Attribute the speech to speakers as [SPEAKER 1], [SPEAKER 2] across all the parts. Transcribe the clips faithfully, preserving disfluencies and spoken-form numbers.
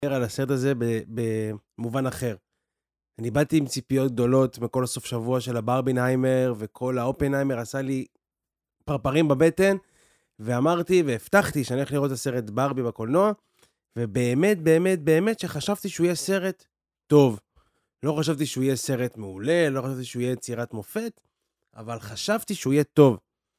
[SPEAKER 1] על הסרט הזה במובן אחר. אני באתי עם ציפיות גדולות מכל הסוף שבוע של הברבינהיימר, וכל האופנהיימר עשה לי פרפרים בבטן, ואמרתי והבטחתי שאני הולך לראות את הסרט ברבי בקולנוע, ובאמת, באמת, באמת שחשבתי שהוא יהיה סרט טוב. לא חשבתי שהוא יהיה סרט מעולה, לא חשבתי שהוא יהיה יצירת מופת, אבל חשבתי שהוא יהיה טוב.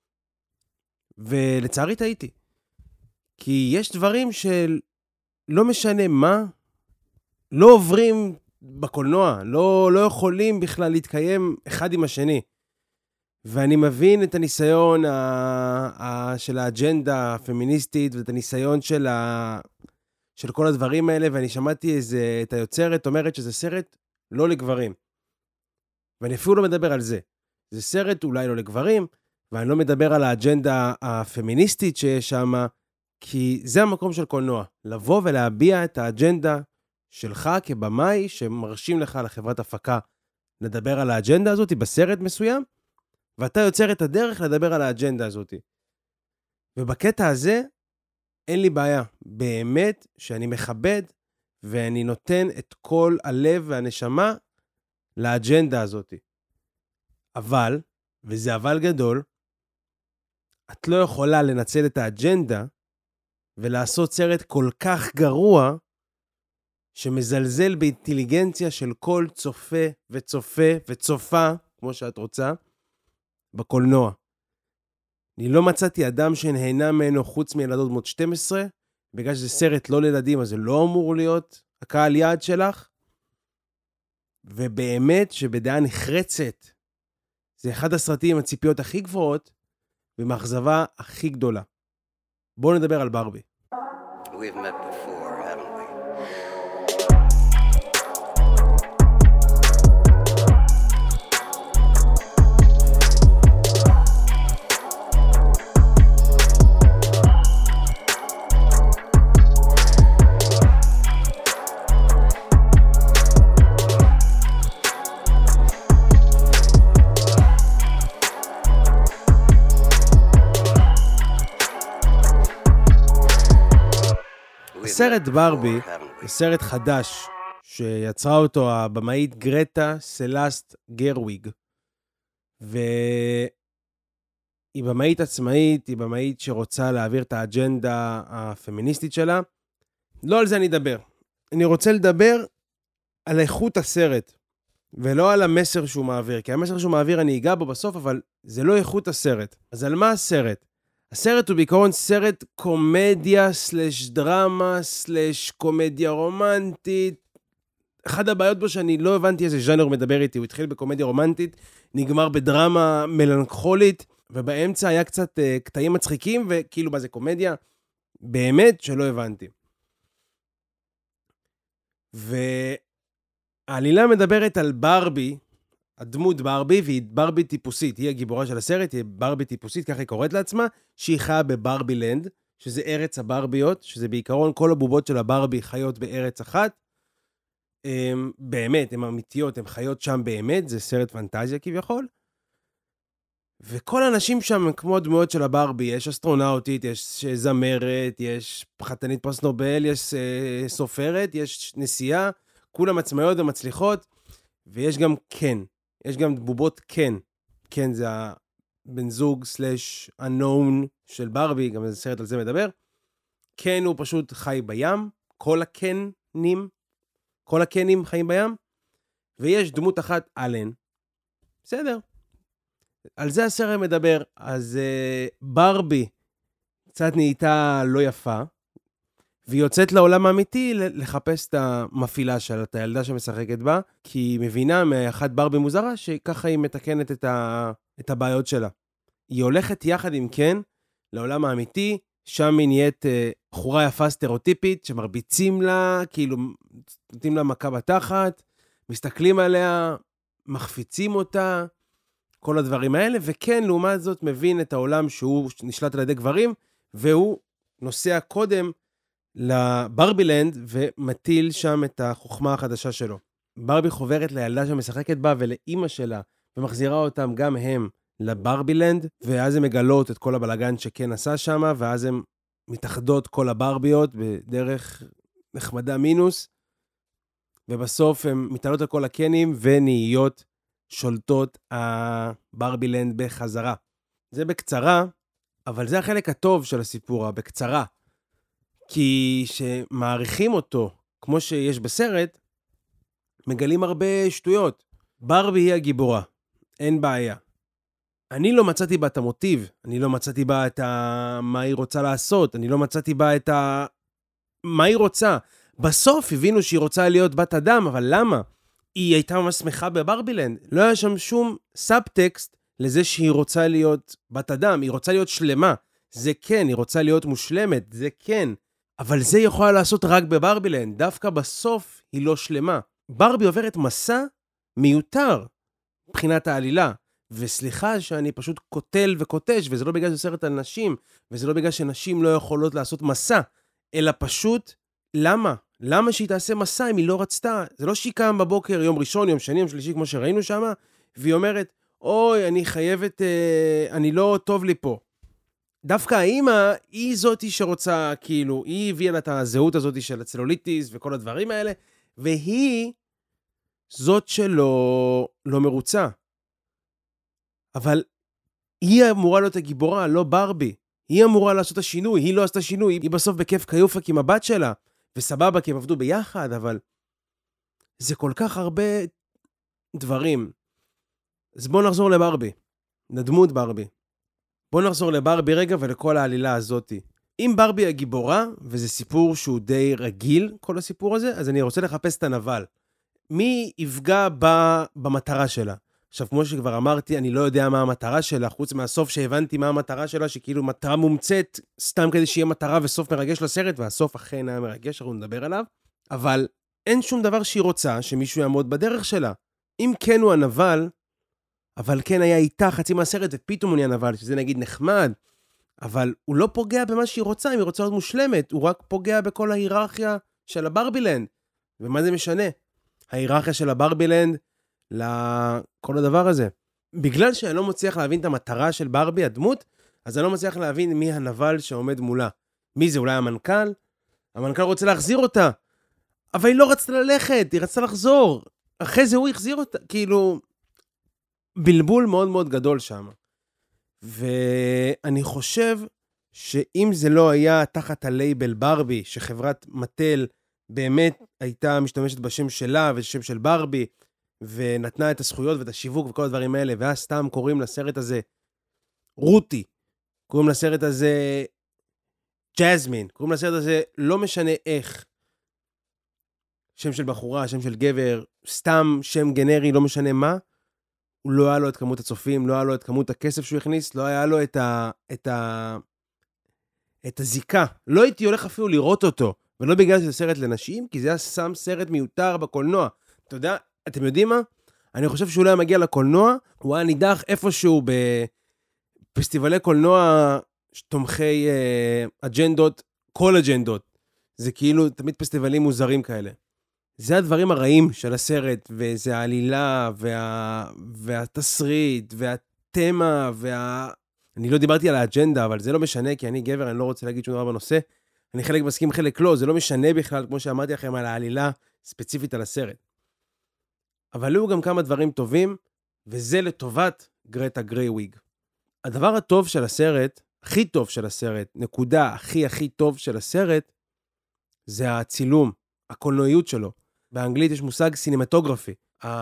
[SPEAKER 1] ולצערי טעיתי. כי יש דברים של לא משנה מה, לא עוברים בקולנוע, לא, לא יכולים בכלל להתקיים אחד עם השני. ואני מבין את הניסיון ה, ה, של האג'נדה הפמיניסטית, ואת הניסיון של, ה, של כל הדברים האלה, ואני שמעתי איזה, את היוצרת אומרת שזה סרט לא לגברים. ואני אפילו לא מדבר על זה. זה סרט אולי לא לגברים, ואני לא מדבר על האג'נדה הפמיניסטית שיש שם, כי זה המקום של קולנוע, לבוא ולהביע את האג'נדה שלך כבמאי, שמרשים לך לחברת הפקה לדבר על האג'נדה הזאת בסרט מסוים, ואתה יוצר את הדרך לדבר על האג'נדה הזאת. ובקטע הזה, אין לי בעיה. באמת שאני מכבד, ואני נותן את כל הלב והנשמה לאג'נדה הזאת. אבל, וזה אבל גדול, את לא יכולה לנצל את האג'נדה, ולעשות סרט כל כך גרוע, שמזלזל באינטליגנציה של כל צופה וצופה וצופה, כמו שאת רוצה, בקולנוע. אני לא מצאתי אדם שנהנה ממנו חוץ מילדות בנות שתים עשרה, בגלל שזה סרט לא לילדים, אז זה לא אמור להיות הקהל יעד שלך, ובאמת שבדעה נחרצת, זה אחד הסרטים עם הציפיות הכי גבוהות, ומאכזבה הכי גדולה. בואו נדבר על ברבי.
[SPEAKER 2] We've met before, haven't we?
[SPEAKER 1] סרט ברבי, זה סרט חדש, שיצרה אותו הבמאית גרטה סלסט גרוויג, והיא במאית עצמאית, היא במאית שרוצה להעביר את האג'נדה הפמיניסטית שלה. לא על זה אני אדבר. אני רוצה לדבר על איכות הסרט, ולא על המסר שהוא מעביר, כי המסר שהוא מעביר אני אגע בו בסוף, אבל זה לא איכות הסרט. אז על מה הסרט? הסרט הוא בעיקרון סרט קומדיה סלש דרמה סלש קומדיה רומנטית. אחד הבעיות בו שאני לא הבנתי איזה ז'אנר מדבר איתי, הוא התחיל בקומדיה רומנטית, נגמר בדרמה מלנכולית, ובאמצע היה קצת uh, קטעים מצחיקים, וכאילו מה זה קומדיה? באמת שלא הבנתי. והעלילה מדברת על ברבי, הדמות ברבי, והיא ברבי טיפוסית, היא הגיבורה של הסרט, היא ברבי טיפוסית, ככה היא קוראת לעצמה, שהיא חיה בברבי לנד, שזה ארץ הברביות, שזה בעיקרון כל הבובות של הברבי חיות בארץ אחת, הם, באמת, הן אמיתיות, הן חיות שם באמת, זה סרט פנטזיה כביכול, וכל האנשים שם הם כמו הדמויות של הברבי, יש אסטרונאוטית, יש זמרת, יש חתנית פרס נובל, יש אה, סופרת, יש נסיעה, כולם עצמאיות ומצליחות, ויש גם כן, יש גם בובות כן, כן זה הבן זוג סלש unknown של ברבי, גם איזה סרט על זה מדבר, כן הוא פשוט חי בים, כל הקנים, כל הקנים חיים בים, ויש דמות אחת אלן, בסדר, על זה הסרט מדבר, אז uh, ברבי קצת נהייתה לא יפה, והיא יוצאת לעולם האמיתי לחפש את המפעילה שלה, את הילדה שמשחקת בה, כי היא מבינה מאחת ברבי מוזרה, שככה היא מתקנת את, ה... את הבעיות שלה. היא הולכת יחד עם כן לעולם האמיתי, שם היא נהיית בחורה יפה סטריאוטיפית, שמרביצים לה, כאילו נותנים לה מכה בתחת, מסתכלים עליה, מחפיצים אותה, כל הדברים האלה, וכן, לעומת זאת, מבין את העולם שהוא נשלט על ידי גברים, והוא נוסע קודם לברבילנד, ומטיל שם את החוכמה החדשה שלו. ברבי חוברת לילדה שמשחקת בה, ולאימא שלה, ומחזירה אותם גם הם לברבילנד, ואז הם מגלות את כל הבלגן שכן עשה שם, ואז הם מתאחדות כל הברביות בדרך נחמדה מינוס, ובסוף הן מתעלות על כל הקנים ונהיות שולטות הברבילנד בחזרה. זה בקצרה, אבל זה החלק הטוב של הסיפור, בקצרה. כי שמעריכים אותו, כמו שיש בסרט, מגלים הרבה שטויות. ברבי היא הגיבורה, אין בעיה. אני לא מצאתי בה את המוטיב, אני לא מצאתי בה את ה... מה היא רוצה לעשות, אני לא מצאתי בה את ה... מה היא רוצה. בסוף הבינו שהיא רוצה להיות בת אדם, אבל למה? היא הייתה ממש שמחה בברבילנד. לא היה שם שום סאבטקסט לזה שהיא רוצה להיות בת אדם, היא רוצה להיות שלמה. זה כן, היא רוצה להיות מושלמת, זה כן. אבל זה יכולה לעשות רק בברבילנד, דווקא בסוף היא לא שלמה. ברבי עוברת מסע מיותר מבחינת העלילה. וסליחה שאני פשוט קוטל וקוטש, וזה לא בגלל שזה סרט על נשים, וזה לא בגלל שנשים לא יכולות לעשות מסע, אלא פשוט, למה? למה שהיא תעשה מסע אם היא לא רצתה? זה לא שהיא קם בבוקר, יום ראשון, יום שני, יום שלישי, כמו שראינו שם, והיא אומרת, אוי, אני חייבת, אה, אני לא טוב לי פה. דווקא האמא, היא זאתי שרוצה, כאילו, היא הביאה לה את הזהות הזאת של הצלוליטיס וכל הדברים האלה, והיא זאת שלא לא מרוצה. אבל היא אמורה להיות הגיבורה, לא ברבי. היא אמורה לעשות השינוי, היא לא עשתה שינוי, היא בסוף בכיף קיופק עם הבת שלה, וסבבה כי הם עבדו ביחד, אבל זה כל כך הרבה דברים. אז בואו נחזור לברבי, לדמות ברבי. בואו נחזור לברבי רגע ולכל העלילה הזאת. אם ברבי הגיבורה, וזה סיפור שהוא די רגיל, כל הסיפור הזה, אז אני רוצה לחפש את הנבל. מי יפגע במטרה שלה? עכשיו, כמו שכבר אמרתי, אני לא יודע מה המטרה שלה, חוץ מהסוף שהבנתי מה המטרה שלה, שכאילו מטרה מומצאת, סתם כדי שיהיה מטרה וסוף מרגש לסרט, והסוף אכן היה מרגש, אנחנו נדבר עליו, אבל אין שום דבר שהיא רוצה שמישהו יעמוד בדרך שלה. אם כן הוא הנבל, אבל כן היה איתה חצי מהסרט, ופתאום הוא נהיה נבל, שזה נגיד נחמד, אבל הוא לא פוגע במה שהיא רוצה, אם היא רוצה להיות מושלמת, הוא רק פוגע בכל ההיררכיה של הברבילנד. ומה זה משנה? ההיררכיה של הברבילנד, לכל הדבר הזה. בגלל שאני לא מצליח להבין את המטרה של ברבי, הדמות, אז אני לא מצליח להבין מי הנבל שעומד מולה. מי זה? אולי המנכ"ל? המנכ"ל רוצה להחזיר אותה. אבל היא לא רצתה ללכת, היא רצתה לחזור. אחרי זה הוא החזיר אותה. כאילו, בלבול מאוד מאוד גדול שם. ואני חושב שאם זה לא היה תחת הלייבל ברבי, שחברת מטל באמת הייתה משתמשת בשם שלה ושם של ברבי, ונתנה את הזכויות ואת השיווק וכל הדברים האלה, ואז סתם קוראים לסרט הזה רותי, קוראים לסרט הזה ג'זמין, קוראים לסרט הזה לא משנה איך, שם של בחורה, שם של גבר, סתם שם גנרי, לא משנה מה, הוא לא היה לו את כמות הצופים, לא היה לו את כמות הכסף שהוא הכניס, לא היה לו את ה... את ה... את הזיקה. לא הייתי הולך אפילו לראות אותו, ולא בגלל שזה סרט לנשים, כי זה היה שם סרט מיותר בקולנוע. אתה יודע, אתם יודעים מה? אני חושב שהוא לא היה מגיע לקולנוע, הוא היה נידח איפשהו בפסטיבלי קולנוע תומכי אה, אג'נדות, כל אג'נדות. זה כאילו תמיד פסטיבלים מוזרים כאלה. זה הדברים הרעים של הסרט, וזה העלילה, וה... והתסריט, והתמה, וה... אני לא דיברתי על האג'נדה, אבל זה לא משנה, כי אני גבר, אני לא רוצה להגיד שום דבר בנושא. אני חלק מסכים, חלק לא, זה לא משנה בכלל, כמו שאמרתי לכם, על העלילה ספציפית על הסרט. אבל היו גם כמה דברים טובים, וזה לטובת גרטה גרייוויג. הדבר הטוב של הסרט, הכי טוב של הסרט, נקודה הכי הכי טוב של הסרט, זה הצילום, הקולנועיות שלו. באנגלית יש מושג סינמטוגרפי.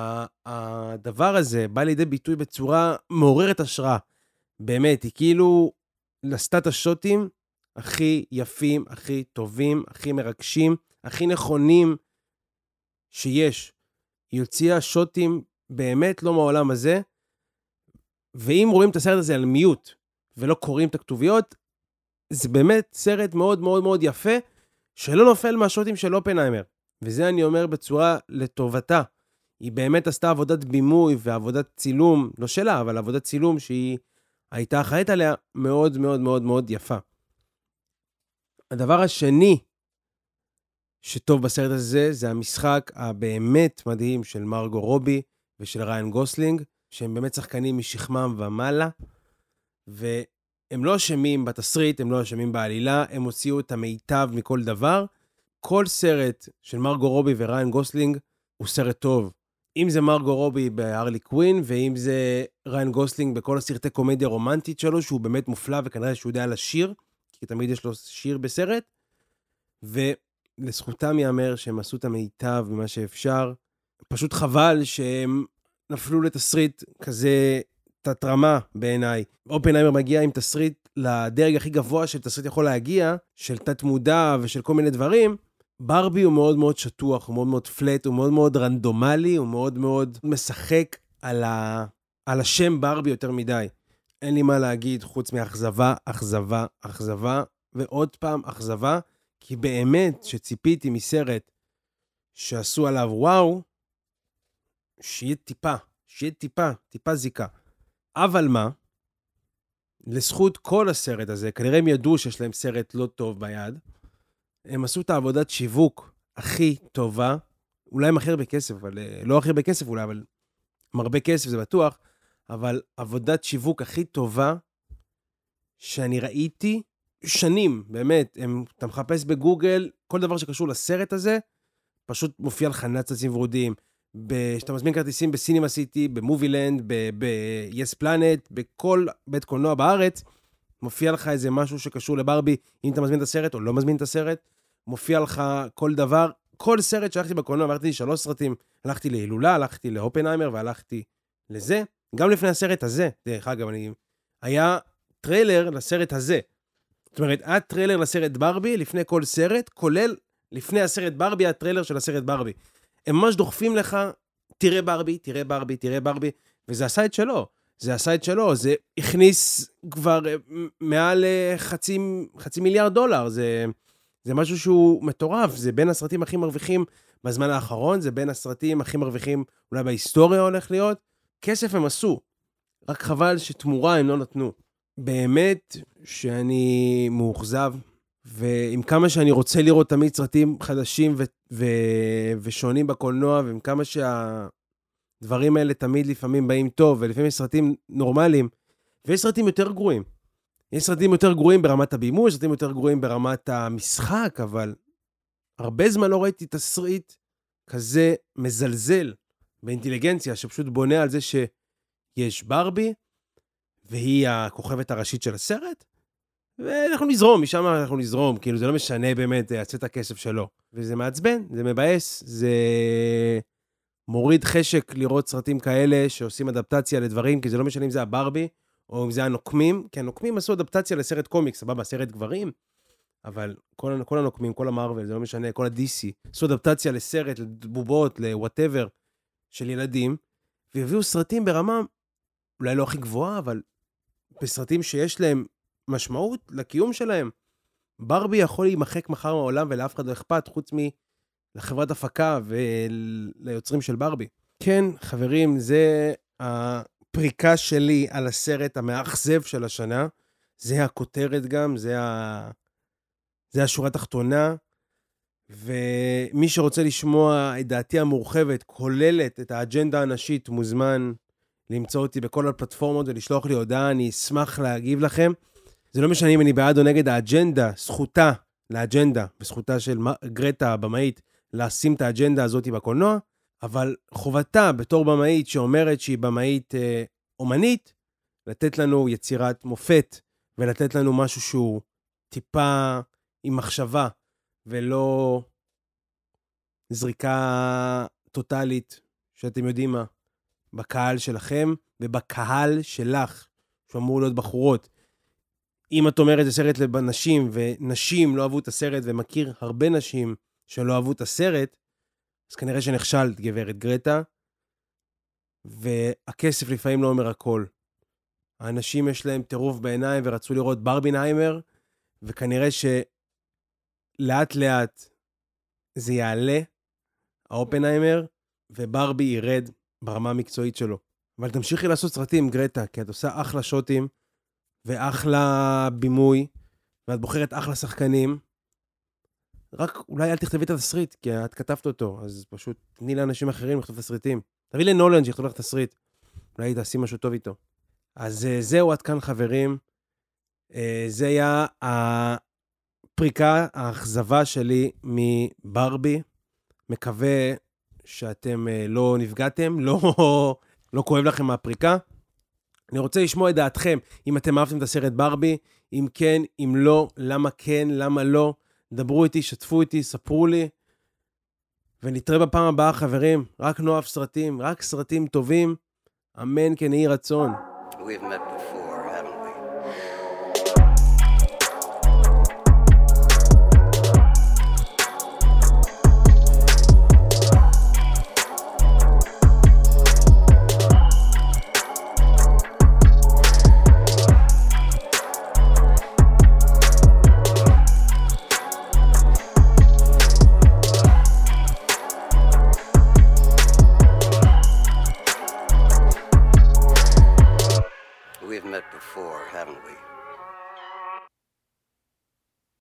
[SPEAKER 1] הדבר הזה בא לידי ביטוי בצורה מעוררת השראה. באמת, היא כאילו עשתה את השוטים הכי יפים, הכי טובים, הכי מרגשים, הכי נכונים שיש. היא הוציאה שוטים באמת לא מהעולם הזה, ואם רואים את הסרט הזה על מיוט, ולא קוראים את הכתוביות, זה באמת סרט מאוד מאוד מאוד יפה, שלא נופל מהשוטים של אופנהיימר. וזה אני אומר בצורה לטובתה. היא באמת עשתה עבודת בימוי ועבודת צילום, לא שלה, אבל עבודת צילום שהיא הייתה אחראית עליה מאוד מאוד מאוד מאוד יפה. הדבר השני שטוב בסרט הזה, זה המשחק הבאמת מדהים של מרגו רובי ושל ריין גוסלינג, שהם באמת שחקנים משכמם ומעלה, והם לא אשמים בתסריט, הם לא אשמים בעלילה, הם הוציאו את המיטב מכל דבר, כל סרט של מרגו רובי וריין גוסלינג הוא סרט טוב. אם זה מרגו רובי בהרלי קווין, ואם זה ריין גוסלינג בכל הסרטי קומדיה רומנטית שלו, שהוא באמת מופלא, וכנראה שהוא יודע לשיר, כי תמיד יש לו שיר בסרט, ולזכותם יאמר שהם עשו את המיטב ממה שאפשר. פשוט חבל שהם נפלו לתסריט כזה תת-רמה בעיניי. אופנהיימר מגיע עם תסריט לדרג הכי גבוה של תסריט יכול להגיע, של תת-מודע ושל כל מיני דברים. ברבי הוא מאוד מאוד שטוח, הוא מאוד מאוד פלט, הוא מאוד מאוד רנדומלי, הוא מאוד מאוד משחק על, ה... על השם ברבי יותר מדי. אין לי מה להגיד חוץ מאכזבה, אכזבה, אכזבה, ועוד פעם אכזבה, כי באמת שציפיתי מסרט שעשו עליו וואו, שיהיה טיפה, שיהיה טיפה, טיפה זיקה. אבל מה? לזכות כל הסרט הזה, כנראה הם ידעו שיש להם סרט לא טוב ביד, הם עשו את העבודת שיווק הכי טובה, אולי עם הכי הרבה כסף, אבל לא הכי הרבה כסף אולי, אבל עם הרבה כסף זה בטוח, אבל עבודת שיווק הכי טובה שאני ראיתי שנים, באמת, הם, אתה מחפש בגוגל, כל דבר שקשור לסרט הזה, פשוט מופיע לך נצצים ורודים, שאתה מזמין כרטיסים בסינימה סיטי, במובילנד, ב-Yes Planet, בכל בית קולנוע בארץ, מופיע לך איזה משהו שקשור לברבי, אם אתה מזמין את הסרט או לא מזמין את הסרט, מופיע לך כל דבר, כל סרט שהלכתי בקולנוע, הלכתי שלוש סרטים, הלכתי להילולה, הלכתי לאופנהיימר, והלכתי לזה, גם לפני הסרט הזה, דרך אגב, אני, היה טריילר לסרט הזה, זאת אומרת, היה טריילר לסרט ברבי, לפני כל סרט, כולל לפני הסרט ברבי, הטריילר של הסרט ברבי. הם ממש דוחפים לך, תראה ברבי, תראה ברבי, תראה ברבי, וזה הסייט שלו, זה הסייט שלו, זה הכניס כבר מעל חצי, חצי מיליארד דולר, זה, זה משהו שהוא מטורף, זה בין הסרטים הכי מרוויחים בזמן האחרון, זה בין הסרטים הכי מרוויחים אולי בהיסטוריה הולך להיות, כסף הם עשו, רק חבל שתמורה הם לא נתנו. באמת שאני מאוכזב, ועם כמה שאני רוצה לראות תמיד סרטים חדשים ו- ו- ושונים בקולנוע, ועם כמה שהדברים האלה תמיד לפעמים באים טוב, ולפעמים יש סרטים נורמליים, ויש סרטים יותר גרועים. יש סרטים יותר גרועים ברמת הבימוי, יש סרטים יותר גרועים ברמת המשחק, אבל הרבה זמן לא ראיתי תסריט כזה מזלזל באינטליגנציה, שפשוט בונה על זה שיש ברבי, והיא הכוכבת הראשית של הסרט, ואנחנו נזרום, משם אנחנו נזרום, כאילו זה לא משנה באמת, יעשה את הכסף שלו. וזה מעצבן, זה מבאס, זה מוריד חשק לראות סרטים כאלה שעושים אדפטציה לדברים, כי זה לא משנה אם זה הברבי, או אם זה הנוקמים, כי הנוקמים עשו אדפטציה לסרט קומיקס, סבבה, סרט גברים, אבל כל, כל הנוקמים, כל המרוול, זה לא משנה, כל ה-די סי, עשו אדפטציה לסרט, לבובות, ל-whatever, של ילדים, והביאו סרטים ברמה, אולי לא הכי גבוהה, אבל בסרטים שיש להם משמעות לקיום שלהם. ברבי יכול להימחק מחר מהעולם ולאף אחד לא אכפת, חוץ מלחברת הפקה וליוצרים של ברבי. כן, חברים, זה הפריקה שלי על הסרט המאכזב של השנה. זה הכותרת גם, זה, ה... זה השורה התחתונה. ומי שרוצה לשמוע את דעתי המורחבת, כוללת את האג'נדה הנשית, מוזמן למצוא אותי בכל הפלטפורמות ולשלוח לי הודעה, אני אשמח להגיב לכם. זה לא משנה אם אני בעד או נגד האג'נדה, זכותה לאג'נדה, וזכותה של גרטה הבמאית, לשים את האג'נדה הזאת בקולנוע, אבל חובתה בתור במאית שאומרת שהיא במאית אה, אומנית, לתת לנו יצירת מופת, ולתת לנו משהו שהוא טיפה עם מחשבה, ולא זריקה טוטלית, שאתם יודעים מה, בקהל שלכם, ובקהל שלך, שאמור להיות בחורות. אם את אומרת זה סרט לנשים, ונשים לא אהבו את הסרט, ומכיר הרבה נשים שלא אהבו את הסרט, אז כנראה שנכשלת, גברת גרטה, והכסף לפעמים לא אומר הכל. האנשים יש להם טירוף בעיניים, ורצו לראות ברבינהיימר, וכנראה שלאט לאט זה יעלה, האופנהיימר, וברבי ירד ברמה המקצועית שלו. אבל תמשיכי לעשות סרטים, גרטה, כי את עושה אחלה שוטים, ואחלה בימוי, ואת בוחרת אחלה שחקנים, רק אולי אל תכתבי את התסריט, כי את כתבת אותו, אז פשוט תני לאנשים אחרים לכתוב תסריטים. תביא לנולן שיכתוב לך תסריט, אולי תעשי משהו טוב איתו. אז זהו עד כאן חברים, זה היה פריקה, האכזבה שלי מברבי, מקווה שאתם לא נפגעתם, לא, לא כואב לכם מהפריקה. אני רוצה לשמוע את דעתכם, אם אתם אהבתם את הסרט ברבי, אם כן, אם לא, למה כן, למה לא. דברו איתי, שתפו איתי, ספרו לי, ונתראה בפעם הבאה, חברים. רק נאהב סרטים, רק סרטים טובים. אמן כן יהי רצון.
[SPEAKER 2] We've met before.